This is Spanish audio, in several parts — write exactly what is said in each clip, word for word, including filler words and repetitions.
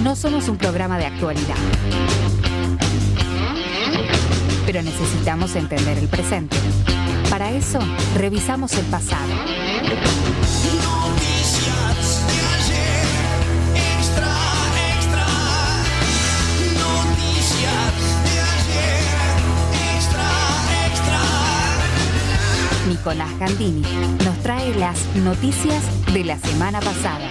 No somos un programa de actualidad, pero necesitamos entender el presente. Para eso, revisamos el pasado. Noticias de ayer, extra, extra. Noticias de ayer, extra, extra. Nicolás Gandini nos trae las noticias de la semana pasada.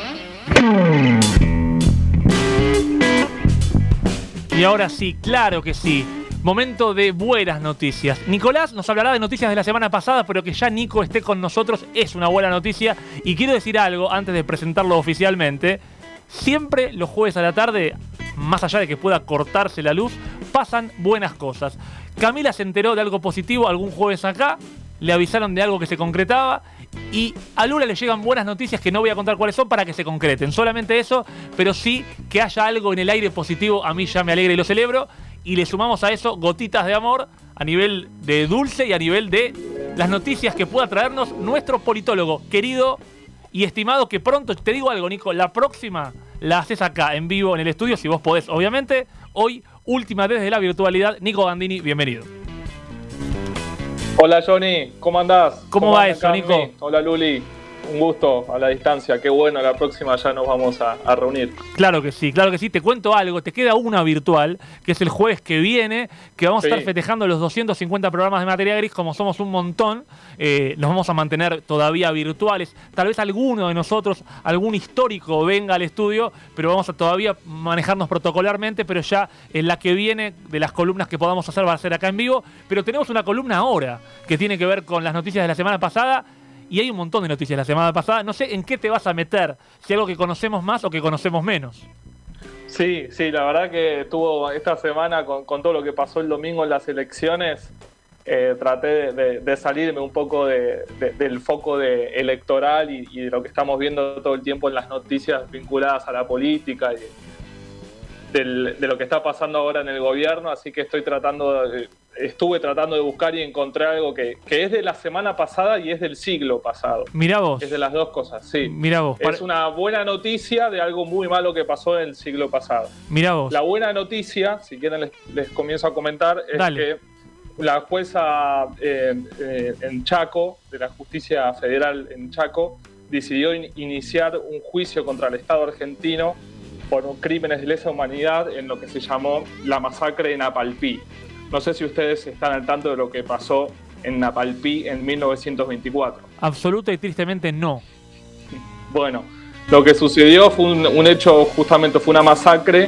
Y ahora sí, claro que sí. Momento de buenas noticias. Nicolás nos hablará de noticias de la semana pasada, pero que ya Nico esté con nosotros es una buena noticia. Y quiero decir algo antes de presentarlo oficialmente. Siempre los jueves a la tarde, más allá de que pueda cortarse la luz, pasan buenas cosas. Camila se enteró de algo positivo algún jueves acá, le avisaron de algo que se concretaba y a Lula le llegan buenas noticias que no voy a contar cuáles son para que se concreten. Solamente eso, pero sí que haya algo en el aire positivo, a mí ya me alegra y lo celebro. Y le sumamos a eso gotitas de amor a nivel de dulce y a nivel de las noticias que pueda traernos nuestro politólogo querido y estimado, que pronto, te digo algo, Nico, la próxima la haces acá en vivo en el estudio, si vos podés, obviamente. Hoy, última desde la virtualidad. Nico Gandini, bienvenido. Hola Johnny, ¿cómo andás? ¿Cómo, ¿Cómo va eso, Cami? Nico? Hola Luli, un gusto a la distancia, qué bueno, la próxima ya nos vamos a, a reunir. Claro que sí, claro que sí, te cuento algo, te queda una virtual, que es el jueves que viene, que vamos sí. a estar festejando los doscientos cincuenta programas de Materia Gris, como somos un montón, eh, nos vamos a mantener todavía virtuales, tal vez alguno de nosotros, algún histórico venga al estudio, pero vamos a todavía manejarnos protocolarmente, pero ya en la que viene de las columnas que podamos hacer va a ser acá en vivo, pero tenemos una columna ahora que tiene que ver con las noticias de la semana pasada. Y hay un montón de noticias la semana pasada. No sé en qué te vas a meter, si algo que conocemos más o que conocemos menos. Sí, sí, la verdad que estuvo esta semana con, con todo lo que pasó el domingo en las elecciones. Eh, traté de, de, de salirme un poco de, de, del foco de electoral y, y de lo que estamos viendo todo el tiempo en las noticias vinculadas a la política y del, de lo que está pasando ahora en el gobierno. Así que estoy tratando de... Estuve tratando de buscar y encontrar algo que, que es de la semana pasada y es del siglo pasado. Mirá vos. Es de las dos cosas, sí. Mirá vos. Es una buena noticia de algo muy malo que pasó en el siglo pasado. Mirá vos. La buena noticia, si quieren les, les comienzo a comentar, es Dale. que la jueza eh, eh, en Chaco, de la Justicia Federal en Chaco, decidió in- iniciar un juicio contra el Estado argentino por crímenes de lesa humanidad en lo que se llamó la masacre de Napalpí. No sé si ustedes están al tanto de lo que pasó en Napalpí en mil novecientos veinticuatro. Absoluta y tristemente no. Bueno, lo que sucedió fue un, un hecho, justamente fue una masacre,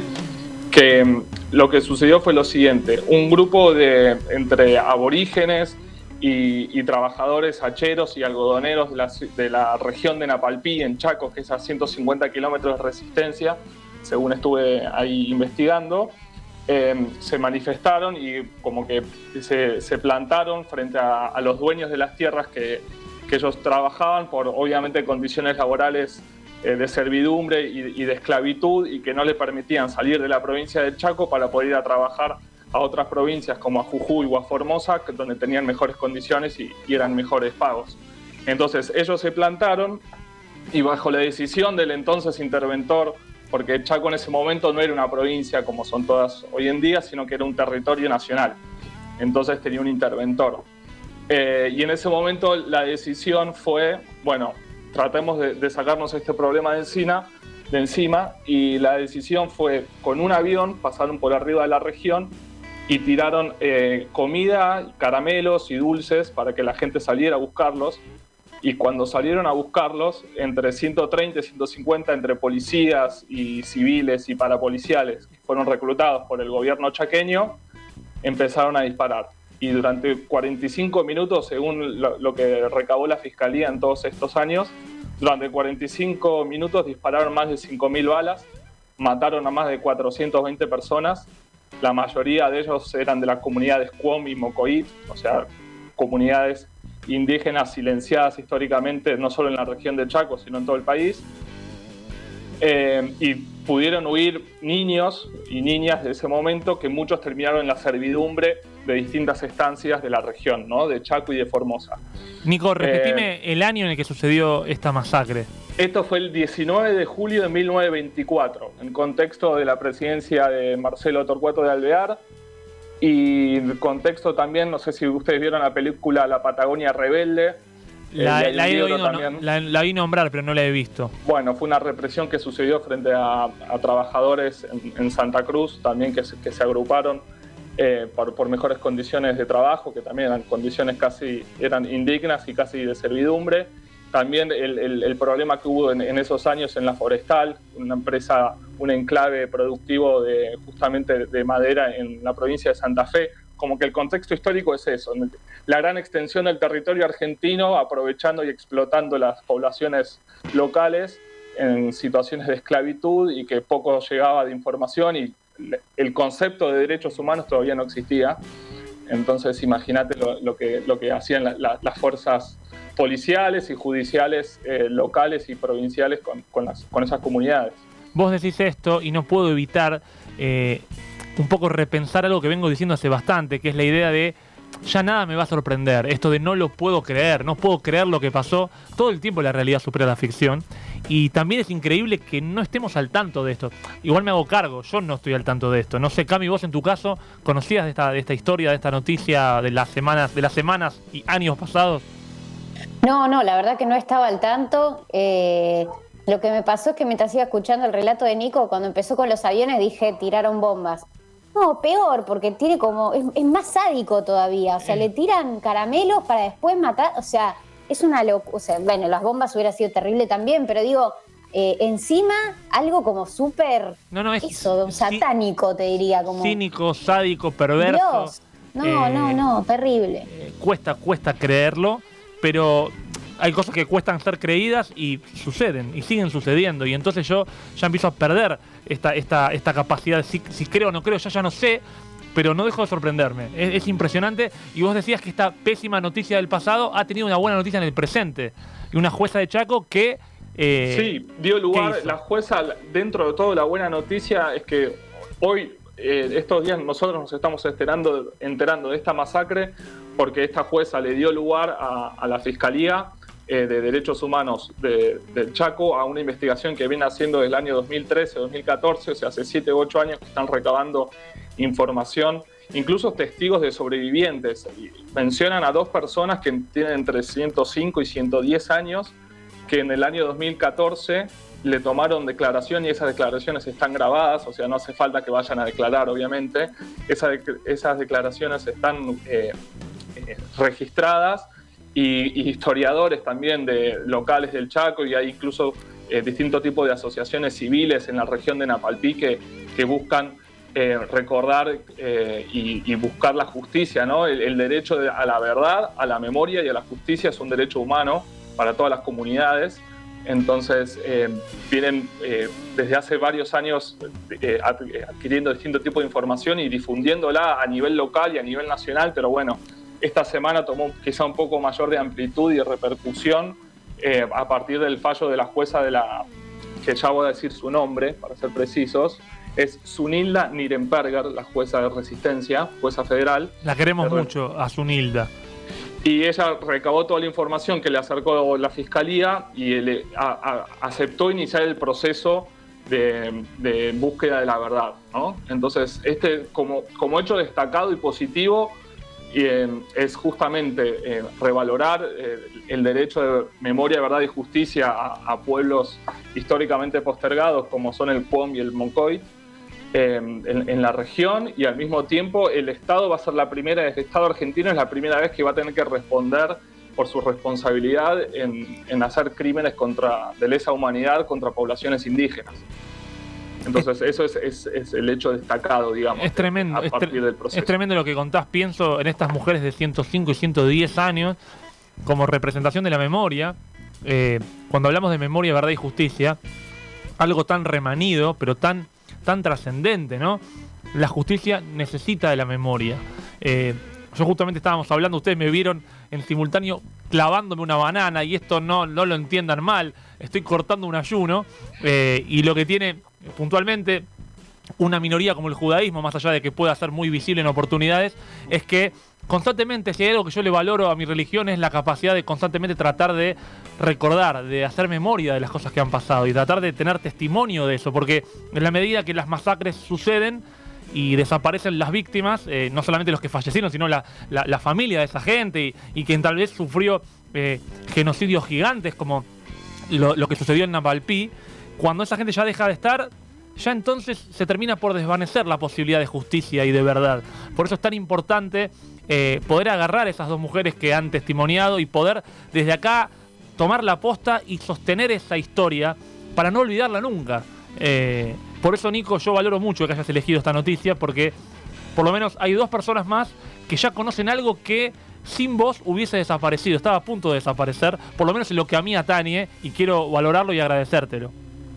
que lo que sucedió fue lo siguiente. Un grupo de entre aborígenes y, y trabajadores hacheros y algodoneros de la, de la región de Napalpí, en Chaco, que es a ciento cincuenta kilómetros de resistencia, según estuve ahí investigando, Eh, se manifestaron y como que se, se plantaron frente a, a los dueños de las tierras que, que ellos trabajaban por obviamente condiciones laborales eh, de servidumbre y, y de esclavitud y que no le permitían salir de la provincia del Chaco para poder ir a trabajar a otras provincias como a Jujuy o a Formosa, donde tenían mejores condiciones y, y eran mejores pagos. Entonces ellos se plantaron y bajo la decisión del entonces interventor, porque Chaco en ese momento no era una provincia como son todas hoy en día, sino que era un territorio nacional. Entonces tenía un interventor. Eh, y en ese momento la decisión fue, bueno, tratemos de, de sacarnos este problema de encima, de encima, y la decisión fue, con un avión, pasaron por arriba de la región y tiraron eh, comida, caramelos y dulces para que la gente saliera a buscarlos. Y cuando salieron a buscarlos, entre ciento treinta y ciento cincuenta entre policías y civiles y parapoliciales que fueron reclutados por el gobierno chaqueño, empezaron a disparar. Y durante cuarenta y cinco minutos, según lo, lo que recabó la Fiscalía en todos estos años, durante cuarenta y cinco minutos dispararon más de cinco mil balas, mataron a más de cuatrocientas veinte personas, la mayoría de ellos eran de las comunidades Cuom y Mocoit, o sea, comunidades indígenas silenciadas históricamente, no solo en la región de Chaco, sino en todo el país. Eh, y pudieron huir niños y niñas de ese momento, que muchos terminaron en la servidumbre de distintas estancias de la región, ¿no? De Chaco y de Formosa. Nico, repetime eh, el año en el que sucedió esta masacre. Esto fue el diecinueve de julio de mil novecientos veinticuatro, en contexto de la presidencia de Marcelo Torcuato de Alvear y en contexto también, no sé si ustedes vieron la película La Patagonia Rebelde. La, eh, la, he oído, también. no, la, la vi nombrar, pero no la he visto. Bueno, fue una represión que sucedió frente a, a trabajadores en, en Santa Cruz, también que se, que se agruparon eh, por, por mejores condiciones de trabajo, que también eran condiciones casi eran indignas y casi de servidumbre. También el, el, el problema que hubo en, en esos años en la Forestal, una empresa, un enclave productivo de justamente de madera en la provincia de Santa Fe. Como que el contexto histórico es eso, la gran extensión del territorio argentino, aprovechando y explotando las poblaciones locales en situaciones de esclavitud y que poco llegaba de información y el concepto de derechos humanos todavía no existía. Entonces imagínate lo, lo, que, lo que hacían la, la, las fuerzas policiales y judiciales eh, locales y provinciales con, con, las, con esas comunidades. Vos decís esto y no puedo evitar eh, un poco repensar algo que vengo diciendo hace bastante, que es la idea de ya nada me va a sorprender, esto de no lo puedo creer, no puedo creer lo que pasó. Todo el tiempo la realidad supera la ficción y también es increíble que no estemos al tanto de esto. Igual me hago cargo, yo no estoy al tanto de esto. No sé, Cami, vos en tu caso, ¿conocías de esta, de esta historia, de esta noticia de las semanas, de las semanas y años pasados? No, no, la verdad que no estaba al tanto. Eh, lo que me pasó es que mientras iba escuchando el relato de Nico, cuando empezó con los aviones dije, tiraron bombas. No, peor, porque tiene como es, es más sádico todavía. O sea, eh. le tiran caramelos para después matar. O sea, es una locura. O sea, bueno, las bombas hubiera sido terrible también, pero digo, eh, encima algo como súper... No, no, es eso, satánico, te diría. Como cínico, sádico, perverso. Dios. No, eh, no, no, terrible. Eh, cuesta, cuesta creerlo, pero hay cosas que cuestan ser creídas y suceden, y siguen sucediendo. Y entonces yo ya empiezo a perder esta, esta, esta capacidad de si, si creo o no creo, ya ya no sé, pero no dejo de sorprenderme. Es, es impresionante. Y vos decías que esta pésima noticia del pasado ha tenido una buena noticia en el presente. Y una jueza de Chaco que... Eh, sí, dio lugar, la jueza, dentro de todo la buena noticia es que hoy, eh, estos días nosotros nos estamos enterando, enterando de esta masacre porque esta jueza le dio lugar a, a la Fiscalía eh, de Derechos Humanos de, del Chaco a una investigación que viene haciendo desde el año dos mil trece, dos mil catorce, o sea, hace siete u ocho años que están recabando información, incluso testigos de sobrevivientes. Y mencionan a dos personas que tienen entre ciento cinco y ciento diez años, que en el año dos mil catorce le tomaron declaración y esas declaraciones están grabadas, o sea, no hace falta que vayan a declarar, obviamente. Esa de, esas declaraciones están eh, eh, registradas y, y historiadores también de locales del Chaco, y hay incluso eh, distintos tipos de asociaciones civiles en la región de Napalpí que, que buscan eh, recordar eh, y, y buscar la justicia, ¿no? El, el derecho de, a la verdad, a la memoria y a la justicia es un derecho humano para todas las comunidades. Entonces eh, vienen eh, desde hace varios años eh, adquiriendo distintos tipos de información y difundiéndola a nivel local y a nivel nacional, pero bueno, esta semana tomó quizá un poco mayor de amplitud y repercusión eh, a partir del fallo de la jueza de la, que ya voy a decir su nombre para ser precisos, es Zunilda Nirenberger, la jueza de Resistencia, jueza federal. La queremos Pero, mucho a Zunilda. Y ella recabó toda la información que le acercó la Fiscalía y le a, a, aceptó iniciar el proceso de, de búsqueda de la verdad, ¿no? Entonces, este como, como hecho destacado y positivo eh, es justamente eh, revalorar eh, el derecho de memoria, verdad y justicia a, a pueblos históricamente postergados como son el Puom y el Moncoy. Eh, en, en la región, y al mismo tiempo el Estado va a ser la primera, el Estado argentino es la primera vez que va a tener que responder por su responsabilidad en, en hacer crímenes contra, de lesa humanidad contra poblaciones indígenas. Entonces eso es, es, es el hecho destacado, digamos, es tremendo, a partir es tre- del proceso. Es tremendo lo que contás. Pienso en estas mujeres de ciento cinco y ciento diez años como representación de la memoria. Eh, cuando hablamos de memoria, verdad y justicia, algo tan remanido, pero tan tan trascendente, ¿no? La justicia necesita de la memoria. Eh, yo justamente estábamos hablando, ustedes me vieron en simultáneo clavándome una banana, y esto no, no lo entiendan mal, estoy cortando un ayuno, eh, y lo que tiene puntualmente, una minoría como el judaísmo, más allá de que pueda ser muy visible en oportunidades, es que constantemente, si hay algo que yo le valoro a mi religión, es la capacidad de constantemente tratar de recordar, de hacer memoria de las cosas que han pasado y tratar de tener testimonio de eso, porque en la medida que las masacres suceden y desaparecen las víctimas, eh, no solamente los que fallecieron, sino la, la, la familia de esa gente y, y quien tal vez sufrió eh, genocidios gigantes como lo, lo que sucedió en Napalpí, cuando esa gente ya deja de estar, ya entonces se termina por desvanecer la posibilidad de justicia y de verdad. Por eso es tan importante eh, poder agarrar a esas dos mujeres que han testimoniado y poder desde acá tomar la posta y sostener esa historia para no olvidarla nunca. Eh, por eso, Nico, yo valoro mucho que hayas elegido esta noticia, porque por lo menos hay dos personas más que ya conocen algo que sin vos hubiese desaparecido, estaba a punto de desaparecer, por lo menos en lo que a mí atañe, y quiero valorarlo y agradecértelo.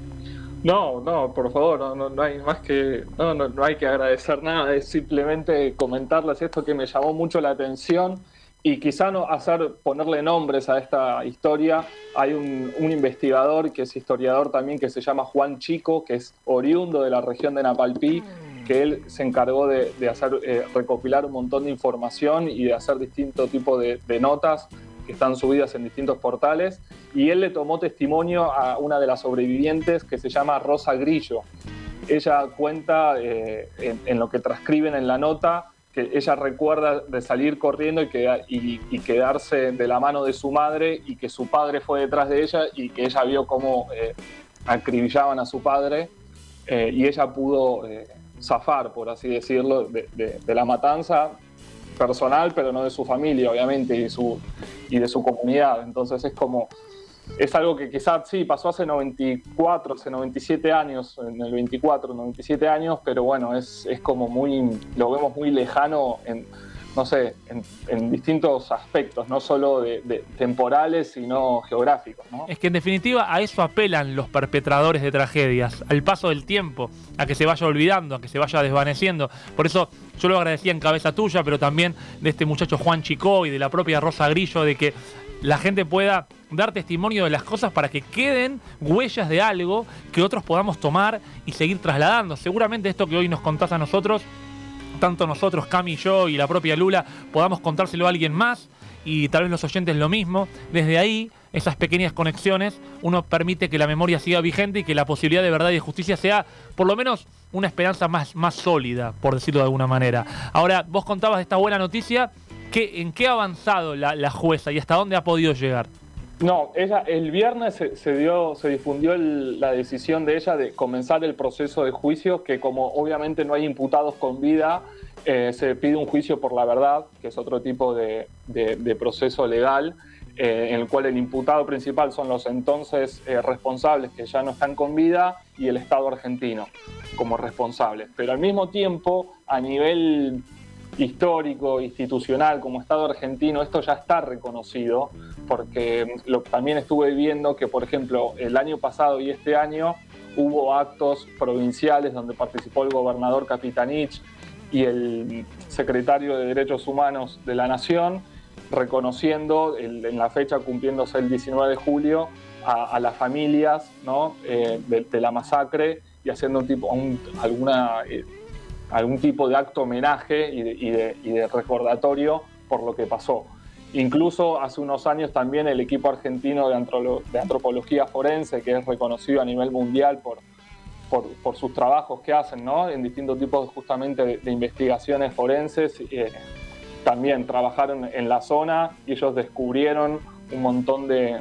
No, no, por favor, no, no, no hay más que, no, no, no hay que agradecer nada, es simplemente comentarles esto que me llamó mucho la atención y quizá no hacer, ponerle nombres a esta historia. Hay un, un investigador que es historiador también, que se llama Juan Chico, que es oriundo de la región de Napalpí, que él se encargó de, de hacer, eh, recopilar un montón de información y de hacer distintos tipos de, de notas que están subidas en distintos portales, y él le tomó testimonio a una de las sobrevivientes que se llama Rosa Grillo. Ella cuenta eh, en, en lo que transcriben en la nota que ella recuerda de salir corriendo y, queda, y, y quedarse de la mano de su madre, y que su padre fue detrás de ella y que ella vio cómo eh, acribillaban a su padre, eh, y ella pudo eh, zafar, por así decirlo, de, de, de la matanza personal, pero no de su familia, obviamente, y de su, y de su comunidad. Entonces es como, es algo que quizás sí pasó hace noventa y cuatro, hace noventa y siete años, en el veinticuatro, noventa y siete años, pero bueno, es, es como muy, lo vemos muy lejano en, no sé, en, en distintos aspectos, no solo de, de temporales, sino geográficos, ¿no? Es que en definitiva a eso apelan los perpetradores de tragedias, al paso del tiempo, a que se vaya olvidando, a que se vaya desvaneciendo. Por eso yo lo agradecía en cabeza tuya, pero también de este muchacho Juan Chicó y de la propia Rosa Grillo, de que la gente pueda dar testimonio de las cosas para que queden huellas de algo que otros podamos tomar y seguir trasladando. Seguramente esto que hoy nos contás a nosotros, tanto nosotros, Cami y yo y la propia Lula, podamos contárselo a alguien más, y tal vez los oyentes lo mismo. Desde ahí, esas pequeñas conexiones, uno permite que la memoria siga vigente y que la posibilidad de verdad y de justicia sea, por lo menos, una esperanza más, más sólida, por decirlo de alguna manera. Ahora, vos contabas de esta buena noticia. ¿Qué, ¿En qué ha avanzado la, la jueza y hasta dónde ha podido llegar? No, ella el viernes se, se dio, se difundió el, la decisión de ella de comenzar el proceso de juicio, que como obviamente no hay imputados con vida, eh, se pide un juicio por la verdad, que es otro tipo de, de, de proceso legal, eh, en el cual el imputado principal son los entonces eh, responsables que ya no están con vida, y el Estado argentino como responsables. Pero al mismo tiempo, a nivel histórico, institucional, como Estado argentino, esto ya está reconocido, porque lo, también estuve viendo que, por ejemplo, el año pasado y este año hubo actos provinciales donde participó el gobernador Capitanich y el secretario de Derechos Humanos de la Nación, reconociendo el, en la fecha, cumpliéndose el diecinueve de julio, a, a las familias, ¿no? eh, de, de la masacre, y haciendo un tipo, un, alguna... Eh, algún tipo de acto homenaje y de, y, de, y de recordatorio por lo que pasó. Incluso hace unos años también el equipo argentino de, antro, de antropología forense, que es reconocido a nivel mundial por, por, por sus trabajos que hacen, ¿no? En distintos tipos justamente de, de investigaciones forenses, eh, también trabajaron en la zona y ellos descubrieron un montón de,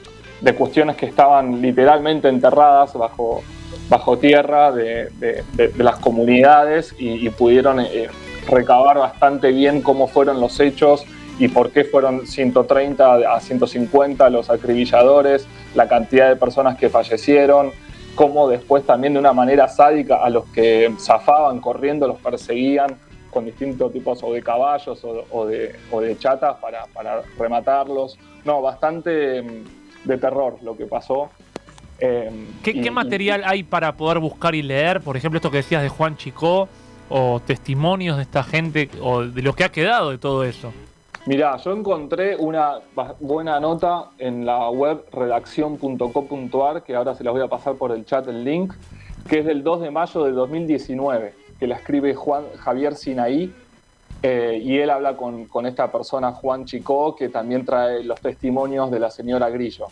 de cuestiones que estaban literalmente enterradas bajo... bajo tierra de, de, de, de las comunidades, y, y pudieron eh, recabar bastante bien cómo fueron los hechos y por qué fueron ciento treinta a ciento cincuenta los acribilladores, la cantidad de personas que fallecieron, cómo después también de una manera sádica a los que zafaban corriendo los perseguían con distintos tipos o de caballos o, o, de, o de chatas para, para rematarlos. No, bastante de terror lo que pasó. Eh, ¿Qué, y, ¿Qué material y, hay para poder buscar y leer? Por ejemplo, esto que decías de Juan Chicó, o testimonios de esta gente, o de lo que ha quedado de todo eso. Mirá, yo encontré una buena nota en la web redacción punto com punto ar, que ahora se las voy a pasar por el chat el link, que es del dos de mayo de dos mil diecinueve, que la escribe Juan Javier Sinaí, eh, y él habla con, con esta persona, Juan Chicó, que también trae los testimonios de la señora Grillo.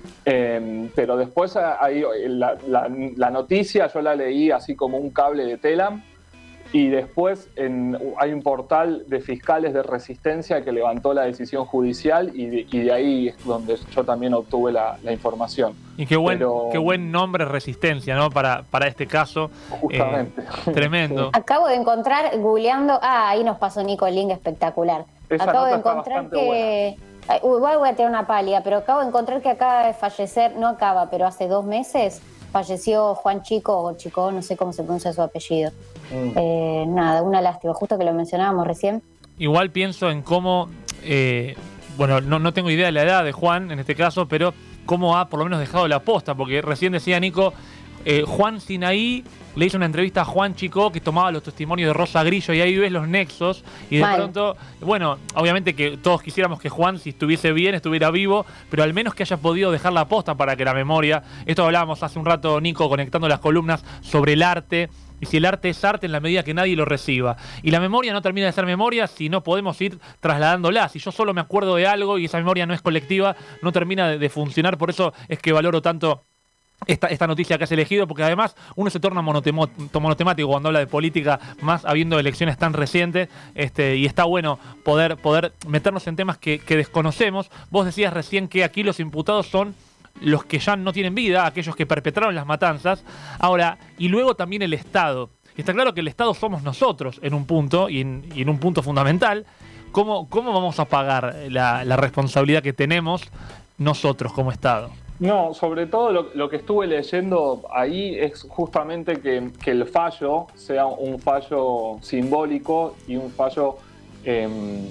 Eh, pero después ahí, la, la, la noticia yo la leí así como un cable de Telam, y después en, hay un portal de fiscales de Resistencia que levantó la decisión judicial, y de, y de ahí es donde yo también obtuve la, la información. Y qué buen, Pero, qué buen nombre Resistencia, ¿no? Para, para este caso. Justamente. Eh, tremendo. Acabo de encontrar, googleando, ah, ahí nos pasó Nico el link espectacular. Esa Acabo nota de está encontrar bastante que... Ay, igual voy a tener una pálida, pero acabo de encontrar que acaba de fallecer, no acaba, pero hace dos meses falleció Juan Chico, o Chico, no sé cómo se pronuncia su apellido. Mm. Eh, nada, una lástima, justo que lo mencionábamos recién. Igual pienso en cómo, eh, bueno, no, no tengo idea de la edad de Juan en este caso, pero cómo ha por lo menos dejado la posta, porque recién decía Nico, eh, Juan Sinaí le hizo una entrevista a Juan Chicó que tomaba los testimonios de Rosa Grillo, y ahí ves los nexos, y de Mal. pronto, bueno, obviamente que todos quisiéramos que Juan, si estuviese bien, estuviera vivo, pero al menos que haya podido dejar la posta para que la memoria, esto hablábamos hace un rato, Nico, conectando las columnas sobre el arte, y si el arte es arte en la medida que nadie lo reciba. Y la memoria no termina de ser memoria si no podemos ir trasladándola. Si yo solo me acuerdo de algo y esa memoria no es colectiva, no termina de, de funcionar. Por eso es que valoro tanto Esta, esta noticia que has elegido, porque además uno se torna monotemo, monotemático cuando habla de política, más habiendo elecciones tan recientes, este, y está bueno poder, poder meternos en temas que, que desconocemos. Vos decías recién que aquí los imputados son los que ya no tienen vida, aquellos que perpetraron las matanzas. Ahora, y luego también el Estado. Y está claro que el Estado somos nosotros en un punto, y en, y en un punto fundamental. ¿Cómo, cómo vamos a pagar la, la responsabilidad que tenemos nosotros como Estado? No, sobre todo lo, lo que estuve leyendo ahí es justamente que, que el fallo sea un fallo simbólico y un fallo eh,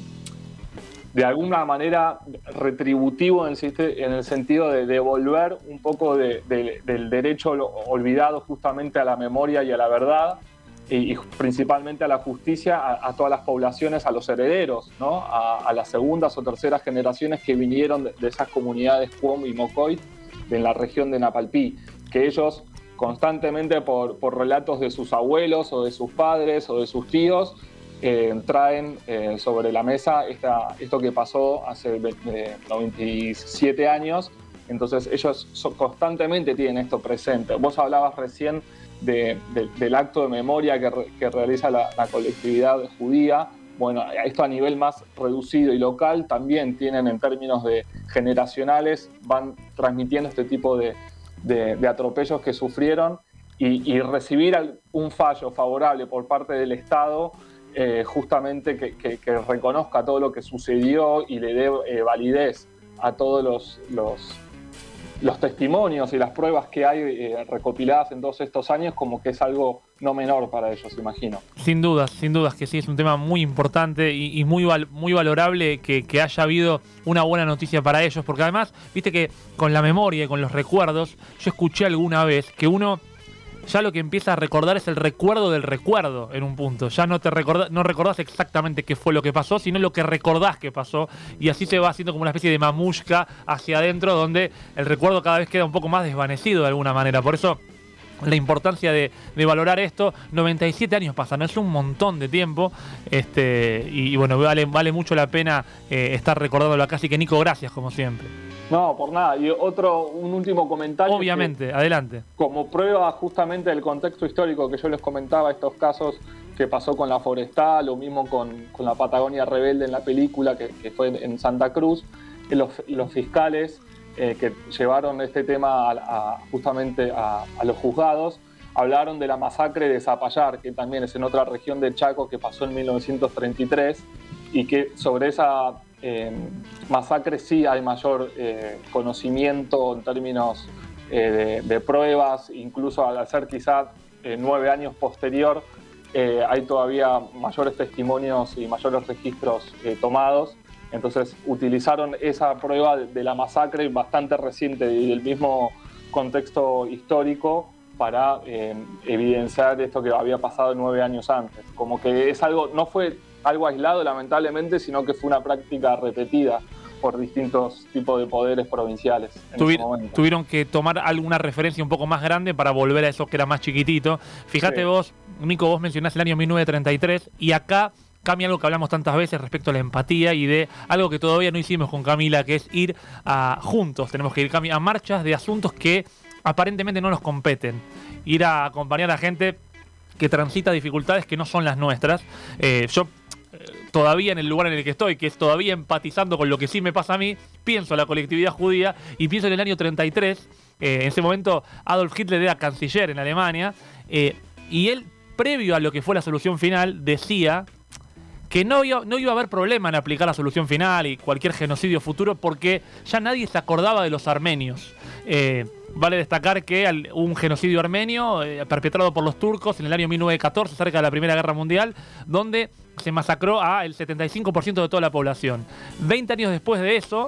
de alguna manera retributivo en el, en el sentido de devolver un poco de, de, del derecho olvidado justamente a la memoria y a la verdad, y, y principalmente a la justicia, a, a todas las poblaciones, a los herederos, ¿no? a, a las segundas o terceras generaciones que vinieron de, de esas comunidades Cuom y Mocoy en la región de Napalpí, que ellos constantemente por, por relatos de sus abuelos o de sus padres o de sus tíos eh, traen eh, sobre la mesa esta, esto que pasó hace eh, noventa y siete años. Entonces ellos so, constantemente tienen esto presente. Vos hablabas recién de, de, del acto de memoria que, re, que realiza la, la colectividad judía. Bueno, esto a nivel más reducido y local también tienen, en términos de generacionales, van transmitiendo este tipo de, de, de atropellos que sufrieron, y, y recibir un fallo favorable por parte del Estado, eh, justamente que, que, que reconozca todo lo que sucedió y le dé eh, validez a todos los, los, los testimonios y las pruebas que hay eh, recopiladas en todos estos años, como que es algo no menor para ellos, imagino. Sin dudas, sin dudas que sí, es un tema muy importante y, y muy, val, muy valorable que, que haya habido una buena noticia para ellos, porque además, viste que con la memoria y con los recuerdos, yo escuché alguna vez que uno ya lo que empieza a recordar es el recuerdo del recuerdo en un punto. Ya no te recordás, no recordás exactamente qué fue lo que pasó, sino lo que recordás que pasó, y así se va haciendo como una especie de mamushka hacia adentro, donde el recuerdo cada vez queda un poco más desvanecido de alguna manera. Por eso la importancia de, de valorar esto. noventa y siete años pasan, es un montón de tiempo, este, y, y bueno, vale, vale mucho la pena eh, estar recordándolo acá. Así que Nico, gracias como siempre. No, por nada. Y otro, un último comentario. Obviamente, adelante. Como prueba justamente del contexto histórico que yo les comentaba, estos casos que pasó con la Forestal, o mismo con, con la Patagonia Rebelde en la película, que, que fue en Santa Cruz, los, los fiscales eh, que llevaron este tema a, a, justamente a, a los juzgados, hablaron de la masacre de Zapallar, que también es en otra región del Chaco, que pasó en mil novecientos treinta y tres, y que sobre esa eh, masacre sí hay mayor eh, conocimiento en términos eh, de, de pruebas, incluso al ser quizá eh, nueve años posterior, eh, hay todavía mayores testimonios y mayores registros eh, tomados. Entonces utilizaron esa prueba de, de la masacre bastante reciente y del mismo contexto histórico para eh, evidenciar esto que había pasado nueve años antes. Como que es algo, no fue algo aislado lamentablemente, sino que fue una práctica repetida por distintos tipos de poderes provinciales. En Tuvi- ese momento. tuvieron que tomar alguna referencia un poco más grande para volver a eso que era más chiquitito. Fíjate Sí. vos, Nico, vos mencionás el año mil novecientos treinta y tres y acá cambia algo que hablamos tantas veces respecto a la empatía y de algo que todavía no hicimos con Camila, que es ir a, juntos. Tenemos que ir Cami, a marchas de asuntos que aparentemente no nos competen. Ir a acompañar a gente que transita dificultades que no son las nuestras. Eh, yo eh, todavía en el lugar en el que estoy, que es todavía empatizando con lo que sí me pasa a mí, pienso en la colectividad judía y pienso en el año treinta y tres. Eh, en ese momento Adolf Hitler era canciller en Alemania eh, y él, previo a lo que fue la solución final, decía que no iba, no iba a haber problema en aplicar la solución final y cualquier genocidio futuro porque ya nadie se acordaba de los armenios. Eh, vale destacar que al, un genocidio armenio eh, perpetrado por los turcos en el año mil novecientos catorce, cerca de la Primera Guerra Mundial, donde se masacró a el setenta y cinco por ciento de toda la población. veinte años después de eso,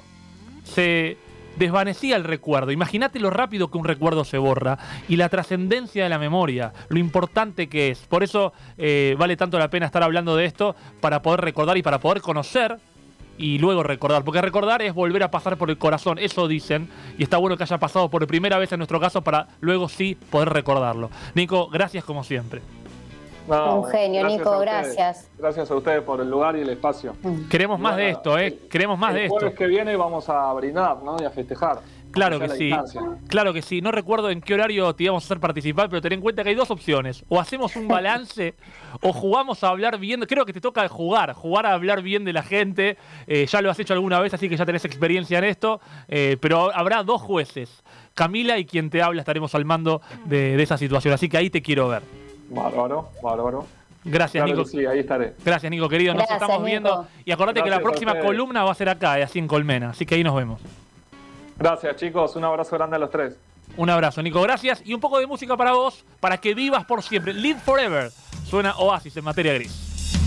se desvanecía el recuerdo. Imagínate lo rápido que un recuerdo se borra y la trascendencia de la memoria, lo importante que es. Por eso eh, vale tanto la pena estar hablando de esto, para poder recordar y para poder conocer y luego recordar. Porque recordar es volver a pasar por el corazón, eso dicen, y está bueno que haya pasado por primera vez en nuestro caso para luego sí poder recordarlo. Nico, gracias como siempre. No, Un genio, gracias Nico, a ustedes. gracias. Gracias a ustedes por el lugar y el espacio. Queremos más Bueno, de esto, ¿eh? el- Queremos más el de esto. jueves que viene vamos a brindar, ¿no? Y a festejar. Claro Aunque que sea a la sí, distancia. claro que sí. No recuerdo en qué horario te íbamos a hacer participar, pero ten en cuenta que hay dos opciones. O hacemos un balance o jugamos a hablar bien. Creo que te toca jugar, jugar a hablar bien de la gente. Eh, ya lo has hecho alguna vez, así que ya tenés experiencia en esto. Eh, pero habrá dos jueces. Camila y quien te habla estaremos al mando de, de esa situación. Así que ahí te quiero ver. Bárbaro, bárbaro. Gracias, Claro Nico. que sí, ahí estaré. Gracias, Nico, querido. Nos Gracias, estamos Nico. viendo. Y acordate que la Gracias a próxima ustedes. columna va a ser acá, eh, así en Colmena. Así que ahí nos vemos. Gracias, chicos. Un abrazo grande a los tres. Un abrazo, Nico. Gracias. Y un poco de música para vos, para que vivas por siempre. Live Forever. Suena Oasis en Materia Gris.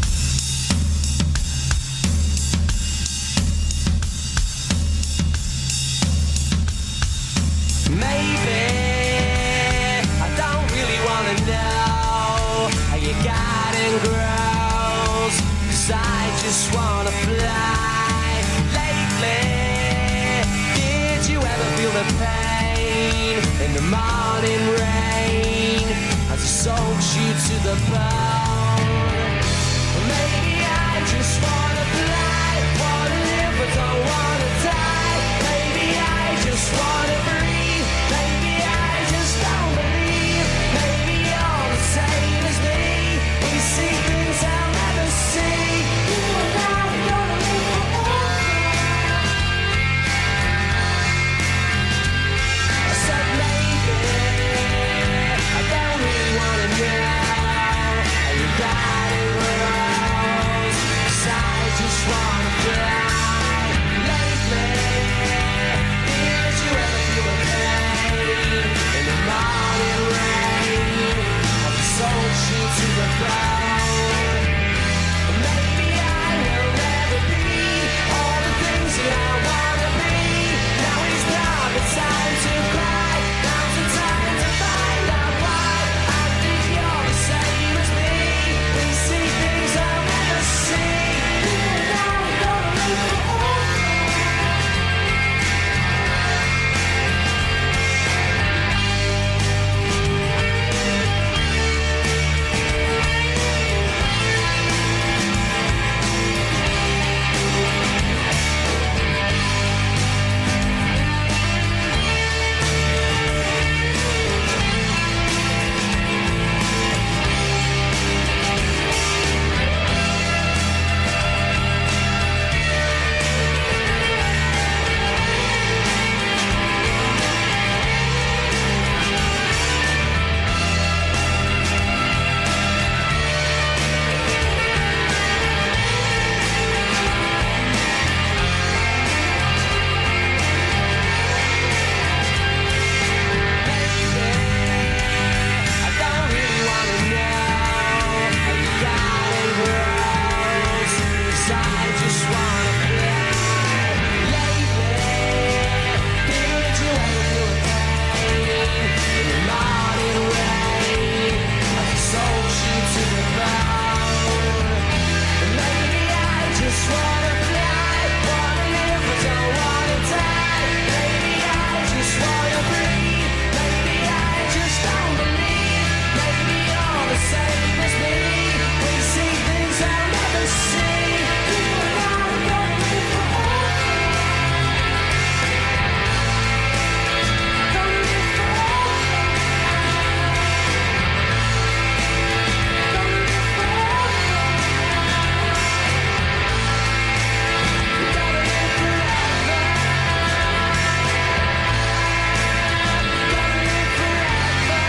Maybe I don't really wanna know how you got and grows, 'cause I just wanna fly. Lately, did you ever feel the pain in the morning rain as it soaks you to the bone? Maybe I just wanna fly, wanna live but don't wanna die. Maybe I just wanna breathe. Maybe I just don't believe. Maybe you're the same as me. We see things I'll never see. You and I are gonna live forever. I said maybe I don't really wanna know same as me. We see things I'll never see. People gotta go before. Come before. Come before. We gotta live forever. Gotta live forever.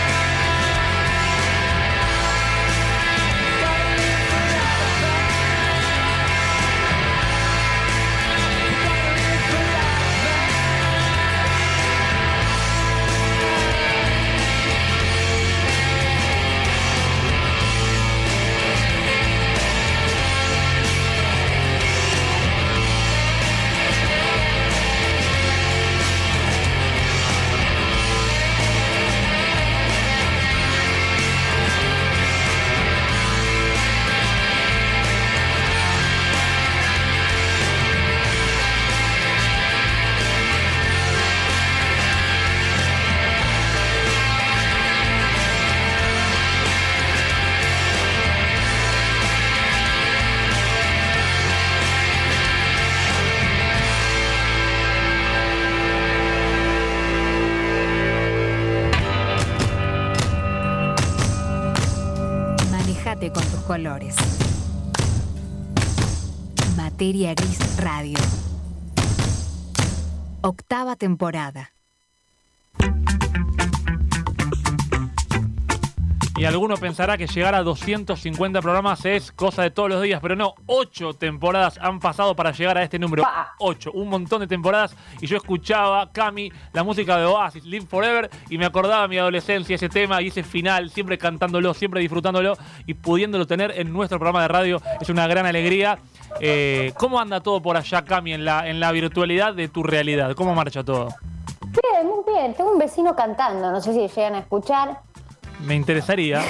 Gotta live forever. Gotta live forever. Manejate con tus colores. Materia Gris Radio. Octava temporada. Y alguno pensará que llegar a doscientos cincuenta programas es cosa de todos los días, pero no, ocho temporadas han pasado para llegar a este número. Pa. Ocho, un montón de temporadas. Y yo escuchaba, Cami, la música de Oasis, Live Forever, y me acordaba de mi adolescencia, ese tema y ese final, siempre cantándolo, siempre disfrutándolo y pudiéndolo tener en nuestro programa de radio. Es una gran alegría. Eh, ¿Cómo anda todo por allá, Cami, en la, en la virtualidad de tu realidad? ¿Cómo marcha todo? Bien, muy bien. Tengo un vecino cantando, no sé si llegan a escuchar. Me interesaría.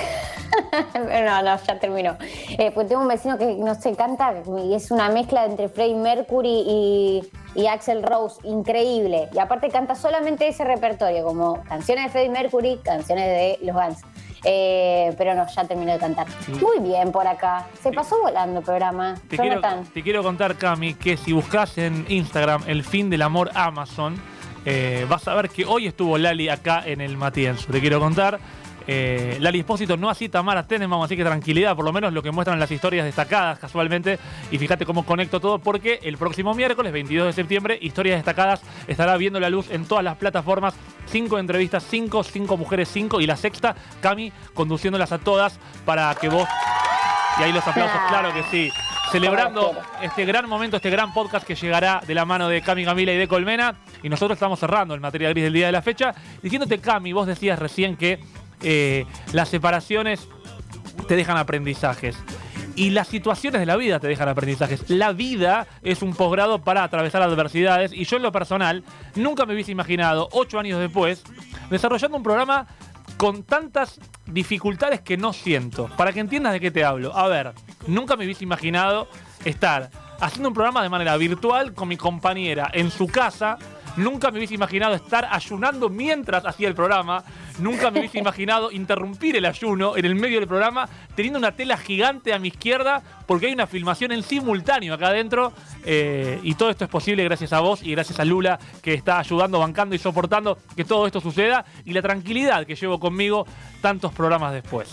No, no, ya terminó. Eh, pues tengo un vecino que, no sé, canta y es una mezcla entre Freddie Mercury y, y Axl Rose, increíble. Y aparte canta solamente ese repertorio, como canciones de Freddie Mercury, canciones de los Guns. Eh, pero no, ya terminó de cantar. Sí. Muy bien por acá. Se pasó volando el programa. Te quiero, Jonathan. te quiero contar, Cami, que si buscas en Instagram el fin del amor Amazon, eh, vas a ver que hoy estuvo Lali acá en el Matienzo. Te quiero contar. Eh, Lali Espósito, no así Tamara Tenenbaum, así que tranquilidad, por lo menos lo que muestran las historias destacadas casualmente. Y fíjate cómo conecto todo, porque el próximo miércoles, veintidós de septiembre, Historias Destacadas estará viendo la luz en todas las plataformas. Cinco entrevistas, cinco, cinco mujeres, cinco. Y la sexta, Cami, conduciéndolas a todas para que vos... Y ahí los aplausos, Ah. claro que sí. Celebrando este gran momento, este gran podcast que llegará de la mano de Cami Camila y de Colmena. Y nosotros estamos cerrando el Materia Gris del día de la fecha. Diciéndote, Cami, vos decías recién que eh, las separaciones te dejan aprendizajes. Y las situaciones de la vida te dejan aprendizajes. La vida es un posgrado para atravesar adversidades. Y yo en lo personal nunca me hubiese imaginado, ocho años después, desarrollando un programa con tantas dificultades que no siento. Para que entiendas de qué te hablo. A ver, nunca me hubiese imaginado estar haciendo un programa de manera virtual con mi compañera en su casa. Nunca me hubiese imaginado estar ayunando mientras hacía el programa. Nunca me hubiese imaginado interrumpir el ayuno en el medio del programa teniendo una tela gigante a mi izquierda porque hay una filmación en simultáneo acá adentro. Eh, y todo esto es posible gracias a vos y gracias a Lula, que está ayudando, bancando y soportando que todo esto suceda, y la tranquilidad que llevo conmigo tantos programas después.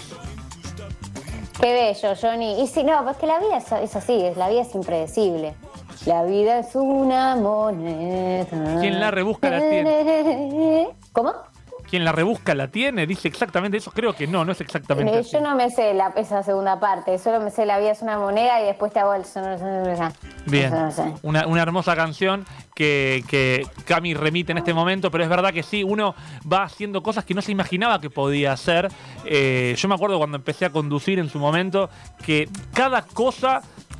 Qué bello, Johnny. Y si no, pues que la vida es, es así, es, la vida es impredecible. La vida es una moneda. Quien la rebusca la tiene. ¿Cómo? Quien la rebusca la tiene, dice exactamente eso. Creo que no, no es exactamente Eh, así. yo no me sé la, esa segunda parte, solo me sé la vida es una moneda y después te hago el... Bien, Eso no sé. una, una hermosa canción que, que Cami remite en este momento, pero es verdad que sí, uno va haciendo cosas que no se imaginaba que podía hacer. Eh, yo me acuerdo cuando empecé a conducir en su momento que cada cosa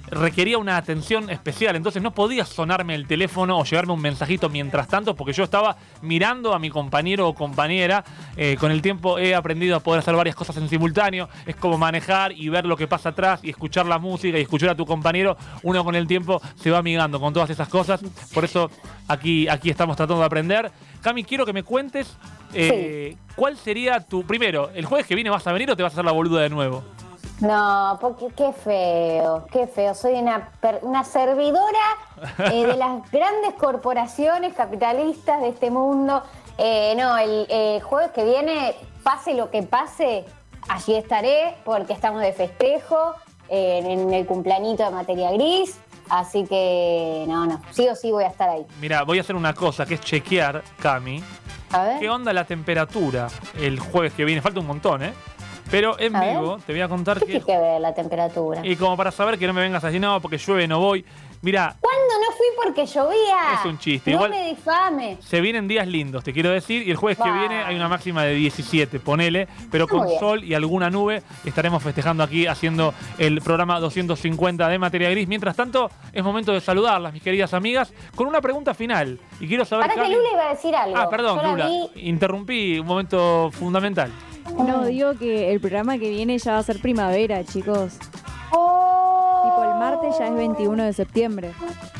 requería una atención especial, entonces no podía sonarme el teléfono o llevarme un mensajito mientras tanto, porque yo estaba mirando a mi compañero o compañera. Eh, con el tiempo he aprendido a poder hacer varias cosas en simultáneo, es como manejar y ver lo que pasa atrás y escuchar la música y escuchar a tu compañero. Uno con el tiempo se va amigando con todas esas cosas, por eso aquí, aquí estamos tratando de aprender. Cami, quiero que me cuentes eh, sí. cuál sería tu... Primero, ¿el jueves que viene vas a venir o te vas a hacer la boluda de nuevo? No, porque qué feo, qué feo. Soy una, una servidora eh, de las grandes corporaciones capitalistas de este mundo. Eh, no, el eh, jueves que viene, pase lo que pase, allí estaré porque estamos de festejo eh, en el cumpleañito de Materia Gris. Así que, no, no, sí o sí voy a estar ahí. Mira, voy a hacer una cosa, que es chequear, Cami. A ver. ¿Qué onda la temperatura el jueves que viene? Falta un montón, ¿eh? Pero en a vivo ver. te voy a contar ¿Qué que... tiene que ver la temperatura? Y como para saber que no me vengas a decir, no, porque llueve, no voy. Mira... ¿Cuándo no fui porque llovía? Es un chiste. No Igual me difames. se vienen días lindos, te quiero decir. Y el jueves que Bah. viene hay una máxima de diecisiete, ponele. Pero con Muy bien. sol y alguna nube estaremos festejando aquí, haciendo el programa doscientos cincuenta de Materia Gris. Mientras tanto, es momento de saludarlas, mis queridas amigas, con una pregunta final. Y quiero saber... Para que Cami- Lula iba a decir algo. Ah, perdón, Yo la Lula. vi- Interrumpí un momento fundamental. No, digo que el programa que viene ya va a ser primavera, chicos. Oh. Tipo, el martes ya es veintiuno de septiembre.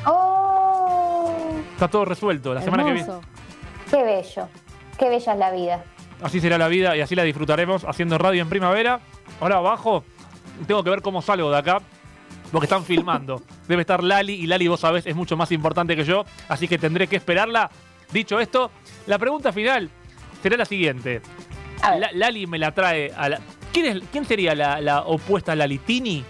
Oh. Está todo resuelto. La semana que viene. Hermoso. Qué bello. Qué bella es la vida. Así será la vida y así la disfrutaremos haciendo radio en primavera. Ahora abajo tengo que ver cómo salgo de acá, porque están filmando. Debe estar Lali, y Lali, vos sabés, es mucho más importante que yo, así que tendré que esperarla. Dicho esto, la pregunta final será la siguiente. A ver. La- Lali me la trae a la... ¿Quién, es, quién sería la, la opuesta a Lali? ¿Tini?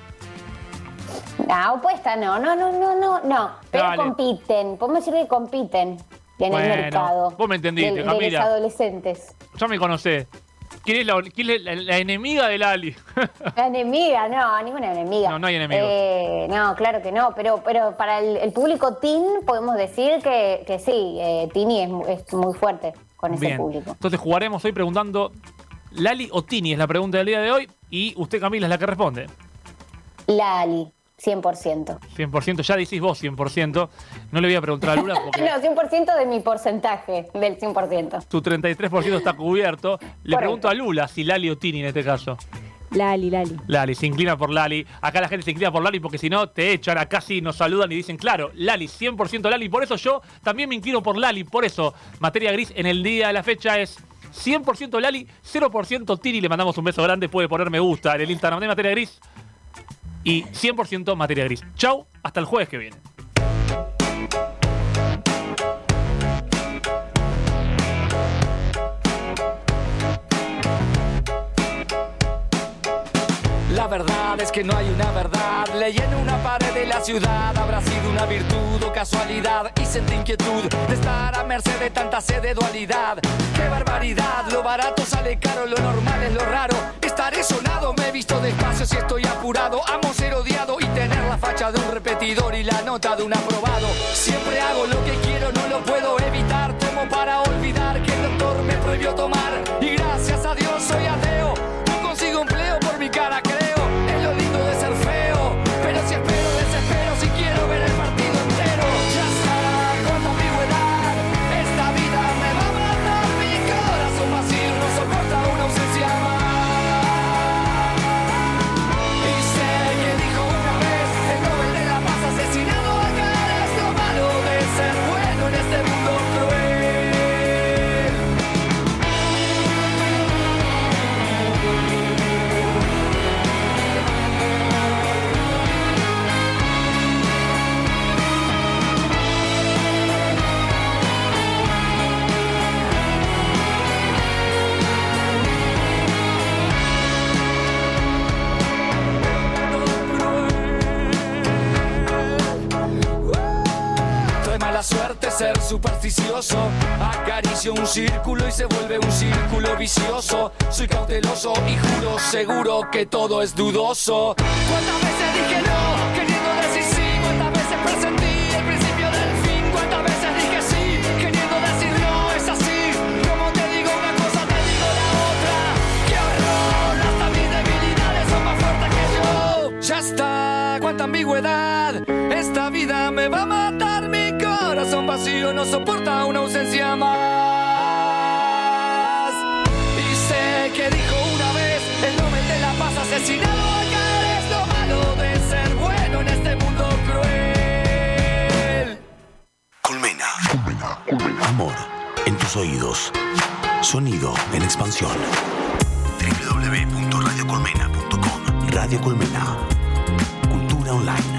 No, opuesta no, no, no, no, no, no. Pero Dale. compiten, podemos decir que compiten en Bueno, el mercado. vos me entendiste, de, de Camila. los adolescentes. Ya me conocés. ¿Quién es la, quién es la, la enemiga de Lali? La enemiga, no, ninguna enemiga. No, no hay enemigos. Eh, no, claro que no, pero, pero para el, el público teen podemos decir que, que sí, eh, Tini es, mu- es muy fuerte con ese Bien. público. Entonces jugaremos hoy preguntando Lali o Tini es la pregunta del día de hoy y usted, Camila, es la que responde. Lali, cien por ciento. cien por ciento, ya decís vos cien por ciento. No le voy a preguntar a Lula porque No, cien por ciento de mi porcentaje, del cien por ciento. tu treinta y tres por ciento está cubierto. Le Correcto. pregunto a Lula si Lali o Tini en este caso. Lali, Lali. Lali, se inclina por Lali. Acá la gente se inclina por Lali porque si no te echan. Acá sí nos saludan y dicen, claro, Lali, cien por ciento Lali. Por eso yo también me inclino por Lali. Por eso, Materia Gris en el día de la fecha es cien por ciento Lali, cero por ciento Tini. Le mandamos un beso grande. Puede poner me gusta en el Instagram de Materia Gris. Y cien por ciento Materia Gris. Chau, hasta el jueves que viene. La verdad es que no hay una verdad. Leí en una pared de la ciudad. Habrá sido una virtud o casualidad. Y sentí inquietud de estar a merced de tanta sed de dualidad. ¡Qué barbaridad! Lo barato sale caro, lo normal es lo raro. Estaré sonado, me he visto despacio si estoy apurado. Amo ser odiado y tener la facha de un repetidor y la nota de un aprobado. Siempre hago lo que quiero, no lo puedo evitar. Tomo para olvidar que el doctor me prohibió tomar. Y gracias a Dios soy ateo. No consigo empleo por mi cara, creo. Es lo lindo de ser feo. Pero si espero, desespero si quiero ver el partido entero. Ya está, cuánta ambigüedad. Esta vida me va a matar. Mi corazón vacío no soporta una ausencia más. Y sé que dijo una vez el Nobel de la Paz asesinado acá. Es lo malo de ser bueno en este mundo cruel. Trae mala suerte ser supersticioso. Acaricio un círculo y se vuelve un círculo vicioso. Soy cauteloso y juro seguro que todo es dudoso. ¿Cuántas veces dije no, queriendo decir sí? ¿Cuántas veces presentí el principio del fin? ¿Cuántas veces dije sí, queriendo decir no? Es así, como te digo una cosa, te digo la otra. ¡Qué horror! Hasta mis debilidades son más fuertes que yo. Ya está, cuánta ambigüedad. vacío no soporta una ausencia más. Y sé que dijo una vez, el nombre de la paz asesinado acá es lo malo de ser bueno en este mundo cruel. Colmena. Colmena. Colmena. Amor en tus oídos. Sonido en expansión. doble u doble u doble u punto radio colmena punto com. Radio Colmena. Cultura online.